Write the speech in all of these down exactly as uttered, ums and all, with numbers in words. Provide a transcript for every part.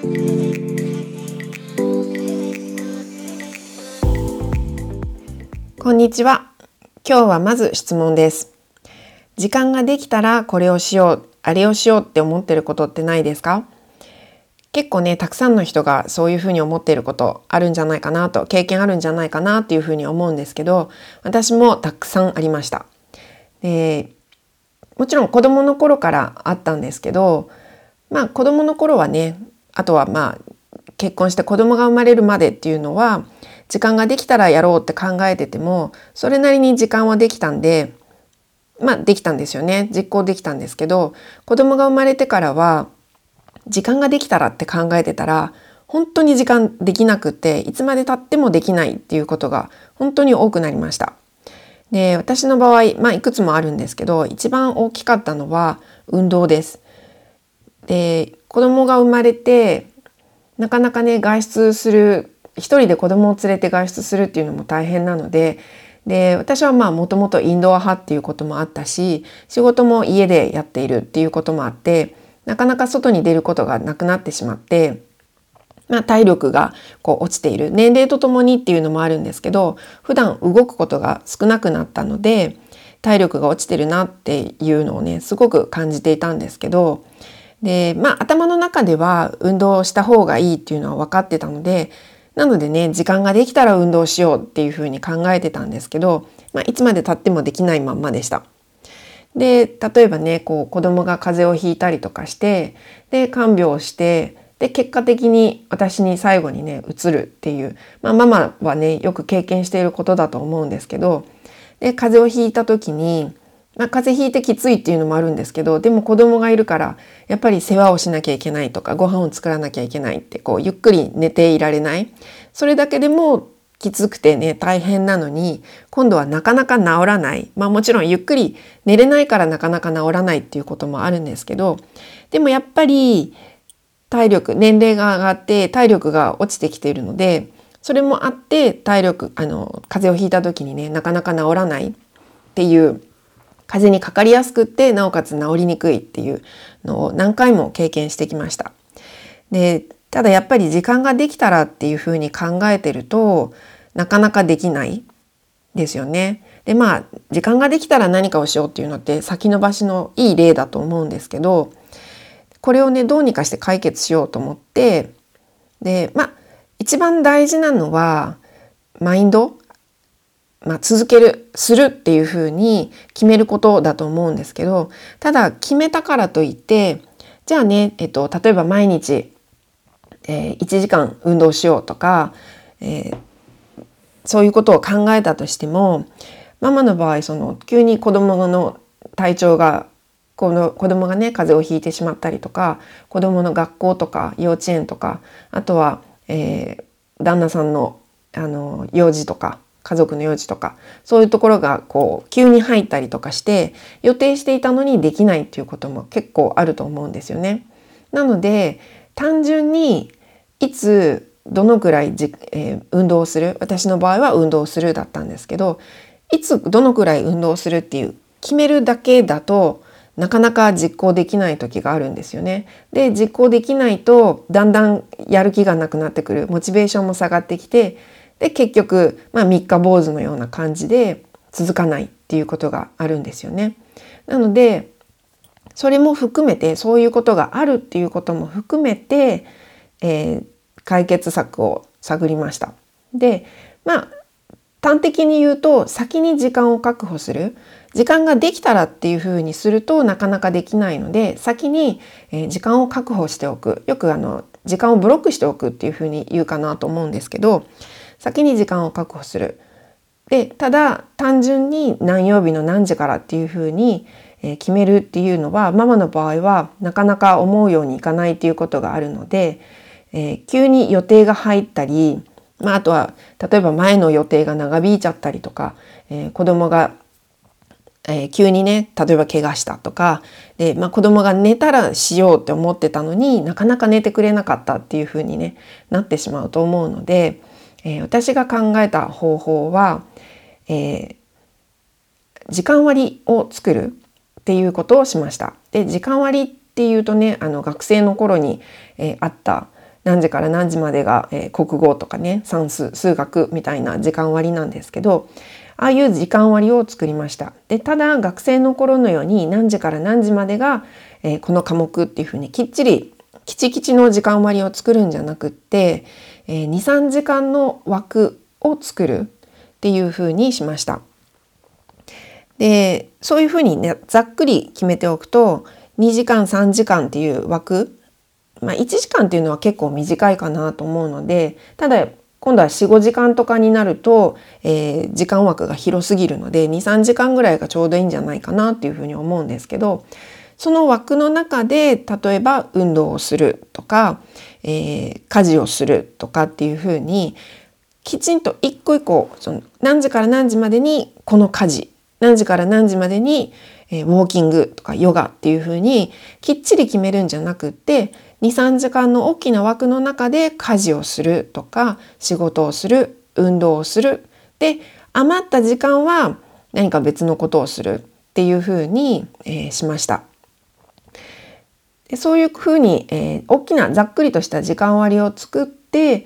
こんにちは。今日はまず質問です。時間ができたらこれをしよう、あれをしようって思ってることってないですか？結構ね、たくさんの人がそういうふうに思っていることあるんじゃないかなと、経験あるんじゃないかなっていうふうに思うんですけど、私もたくさんありました。で、もちろん子供の頃からあったんですけど、まあ子供の頃はね、あとはまあ結婚して子供が生まれるまでっていうのは、時間ができたらやろうって考えてても、それなりに時間はできたんで、まあできたんですよね。実行できたんですけど、子供が生まれてからは、時間ができたらって考えてたら、本当に時間できなくて、いつまで経ってもできないっていうことが本当に多くなりました。で、私の場合、まあいくつもあるんですけど、一番大きかったのは運動です。で、子供が生まれて、なかなかね、外出する、一人で子供を連れて外出するっていうのも大変なので、で、私はまあもともとインドア派っていうこともあったし、仕事も家でやっているっていうこともあって、なかなか外に出ることがなくなってしまって、まあ体力がこう落ちている。年齢とともにっていうのもあるんですけど、普段動くことが少なくなったので、体力が落ちてるなっていうのをね、すごく感じていたんですけど、で、まあ頭の中では運動した方がいいっていうのは分かってたので、なのでね、時間ができたら運動しようっていうふうに考えてたんですけど、まあ、いつまで経ってもできないまんまでした。で、例えばね、こう子供が風邪をひいたりとかして、で、看病をして、で、結果的に私に最後にね、移るっていう、まあママはね、よく経験していることだと思うんですけど、で、風邪をひいた時に、まあ、風邪ひいてきついっていうのもあるんですけど、でも子供がいるからやっぱり世話をしなきゃいけないとか、ご飯を作らなきゃいけないって、こうゆっくり寝ていられない、それだけでもきつくてね、大変なのに、今度はなかなか治らない。まあもちろんゆっくり寝れないからなかなか治らないっていうこともあるんですけど、でもやっぱり体力、年齢が上がって体力が落ちてきているので、それもあって体力、あの風邪をひいた時にね、なかなか治らないっていう、風邪にかかりやすくってなおかつ治りにくいっていうのを何回も経験してきました。で、ただやっぱり時間ができたらっていうふうに考えてるとなかなかできないですよね。で、まあ時間ができたら何かをしようっていうのって先延ばしのいい例だと思うんですけど、これをねどうにかして解決しようと思って、で、まあ一番大事なのはマインド、まあ、続ける、するっていうふうに決めることだと思うんですけど、ただ決めたからといって、じゃあね、えっと、例えば毎日、えー、いちじかん運動しようとか、えー、そういうことを考えたとしても、ママの場合、その急に子供の体調が、この子供がね、風邪をひいてしまったりとか、子供の学校とか幼稚園とか、あとは、えー、旦那さんの、あの用事とか、家族の用事とか、そういうところがこう急に入ったりとかして予定していたのにできないっていうことも結構あると思うんですよね。なので単純にいつどのくらいじ、えー、運動をする、私の場合は運動をするだったんですけど、いつどのくらい運動をするっていう決めるだけだとなかなか実行できない時があるんですよね。で、実行できないとだんだんやる気がなくなってくる、モチベーションも下がってきて、で結局、まあ、三日坊主のような感じで続かないっていうことがあるんですよね。なのでそれも含めて、そういうことがあるっていうことも含めて、えー、解決策を探りました。で、まあ端的に言うと、先に時間を確保する。時間ができたらっていうふうにするとなかなかできないので、先に時間を確保しておく。よくあの時間をブロックしておくっていうふうに言うかなと思うんですけど、先に時間を確保する。で、ただ単純に何曜日の何時からっていうふうに決めるっていうのは、ママの場合はなかなか思うようにいかないっていうことがあるので、えー、急に予定が入ったり、まあ、あとは例えば前の予定が長引いちゃったりとか、えー、子供が、えー、急にね、例えば怪我したとかで、まあ、子供が寝たらしようって思ってたのになかなか寝てくれなかったっていうふうに、ね、なってしまうと思うので、えー、私が考えた方法は、えー、時間割を作るっていうことをしました。で、時間割っていうとね、あの学生の頃に、えー、あった何時から何時までが、えー、国語とかね、算数、数学みたいな時間割なんですけど、ああいう時間割を作りました。で、ただ学生の頃のように何時から何時までが、えー、この科目っていうふうにきっちりきちきちの時間割を作るんじゃなくって、えー、に、さんじかんの枠を作るっていうふうにしました。で、そういうふうにね、ざっくり決めておくと、にじかん、さんじかんっていう枠、まあいちじかんっていうのは結構短いかなと思うので、ただ今度はよん、ごじかんとかになると、えー、時間枠が広すぎるのでに、さんじかんぐらいがちょうどいいんじゃないかなっていうふうに思うんですけど、その枠の中で例えば運動をするとか、えー、家事をするとかっていうふうにきちんと一個一個その何時から何時までにこの家事、何時から何時までに、えー、ウォーキングとかヨガっていうふうにきっちり決めるんじゃなくって、に、さんじかんの大きな枠の中で家事をするとか仕事をする、運動をする。で、余った時間は何か別のことをするっていうふうに、えー、しました。で、そういうふうに、えー、大きなざっくりとした時間割を作って、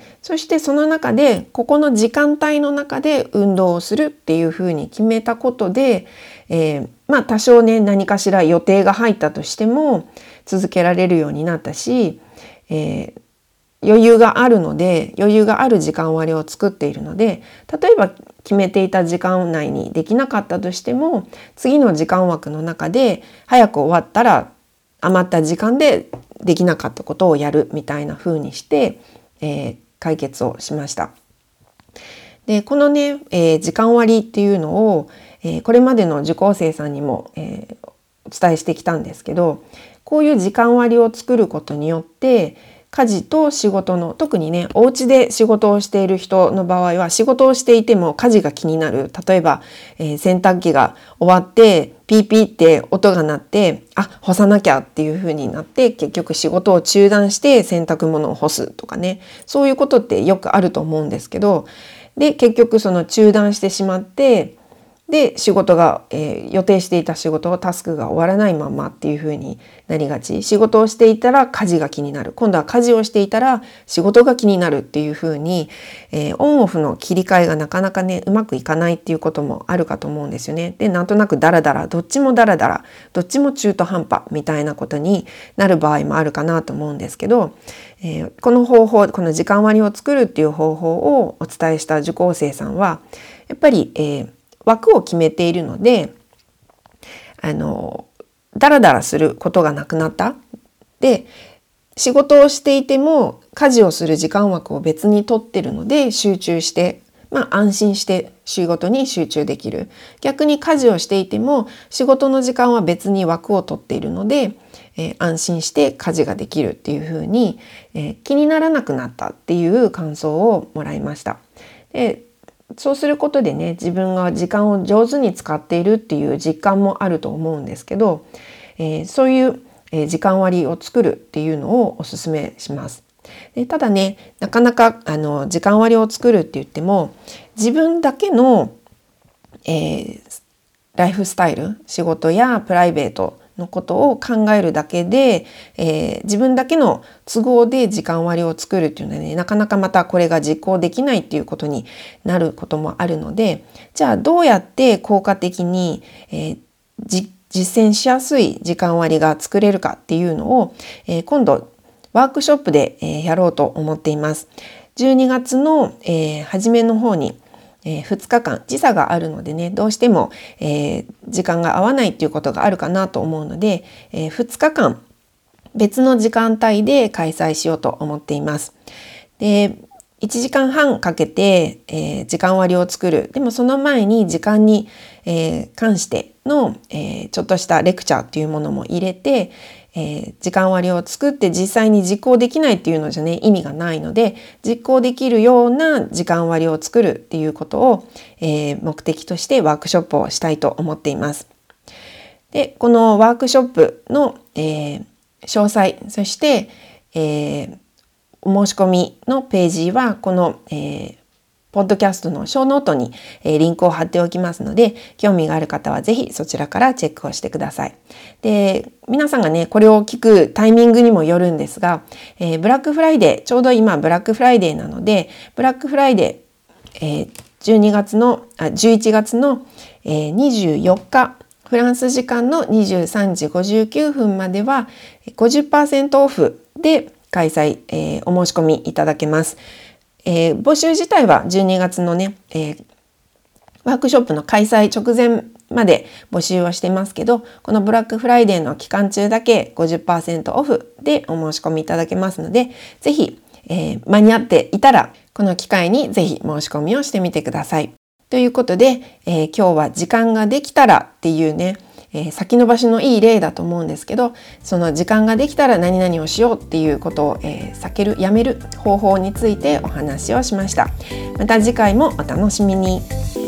そしてその中でここの時間帯の中で運動をするっていうふうに決めたことで、えー、まあ多少ね何かしら予定が入ったとしても続けられるようになったし、えー、余裕があるので余裕がある時間割を作っているので、例えば決めていた時間内にできなかったとしても次の時間枠の中で早く終わったら余った時間でできなかったことをやるみたいな風にして、えー、解決をしました。で、このね、えー、時間割っていうのを、えー、これまでの受講生さんにも、えー、お伝えしてきたんですけど、こういう時間割を作ることによって家事と仕事の、特にねお家で仕事をしている人の場合は仕事をしていても家事が気になる。例えば、えー、洗濯機が終わってピーピーって音が鳴って、あ、干さなきゃっていう風になって結局仕事を中断して洗濯物を干すとかね、そういうことってよくあると思うんですけど、で結局その中断してしまってで仕事が、えー、予定していた仕事タスクが終わらないままっていう風になりがち。仕事をしていたら家事が気になる、今度は家事をしていたら仕事が気になるっていう風に、えー、オンオフの切り替えがなかなかねうまくいかないっていうこともあるかと思うんですよね。で、なんとなくダラダラ、どっちもダラダラ、どっちも中途半端みたいなことになる場合もあるかなと思うんですけど、えー、この方法、この時間割を作るっていう方法をお伝えした受講生さんはやっぱり、えー枠を決めているので、あのダラダラすることがなくなった。で、仕事をしていても家事をする時間枠を別に取ってるので集中して、まあ安心して仕事に集中できる。逆に家事をしていても仕事の時間は別に枠を取っているので、えー、安心して家事ができるっていう風に、えー、気にならなくなったっていう感想をもらいました。で、そうすることでね、自分が時間を上手に使っているっていう実感もあると思うんですけど、えー、そういう、えー、時間割を作るっていうのをおすすめします。で、ただね、なかなかあの時間割を作るって言っても自分だけの、えー、ライフスタイル、仕事やプライベートのことを考えるだけで、えー、自分だけの都合で時間割を作るっていうのはね、なかなかまたこれが実行できないっていうことになることもあるので、じゃあどうやって効果的に、えー、じ実践しやすい時間割が作れるかっていうのを、えー、今度ワークショップで、えー、やろうと思っています。じゅうにがつの、えー、初めの方にえー、ふつかかん時差があるのでね、どうしても、えー、時間が合わないっていうことがあるかなと思うので、えー、ふつかかん別の時間帯で開催しようと思っています。で、いちじかんはんかけて、えー、時間割を作る。でもその前に時間に、えー、関しての、えー、ちょっとしたレクチャーっていうものも入れて、えー、時間割を作って実際に実行できないっていうのじゃね意味がないので、実行できるような時間割を作るっていうことを、えー、目的としてワークショップをしたいと思っています。で、このワークショップの、えー、詳細、そして、えー、お申し込みのページはこの、えー、 ポッドキャストのショーノートに、えー、リンクを貼っておきますので、興味がある方はぜひそちらからチェックをしてください。で、皆さんがね、これを聞くタイミングにもよるんですが、えー、ブラックフライデー、ちょうど今ブラックフライデーなので、ブラックフライデー、えー、じゅうにがつの、あ、じゅういちがつの、えー、にじゅうよっか、フランス時間のにじゅうさんじごじゅうきゅうふんまでは ごじゅっパーセント オフで開催、えー、お申し込みいただけます。えー、募集自体はじゅうにがつのね、えー、ワークショップの開催直前まで募集はしてますけど、このブラックフライデーの期間中だけ ごじゅっパーセント オフでお申し込みいただけますので、ぜひ、えー、間に合っていたらこの機会にぜひ申し込みをしてみてください。ということで、えー、今日は時間ができたらっていうね、えー、先延ばしのいい例だと思うんですけど、その時間ができたら何々をしようっていうことを、えー、避ける、やめる方法についてお話をしました。また次回もお楽しみに。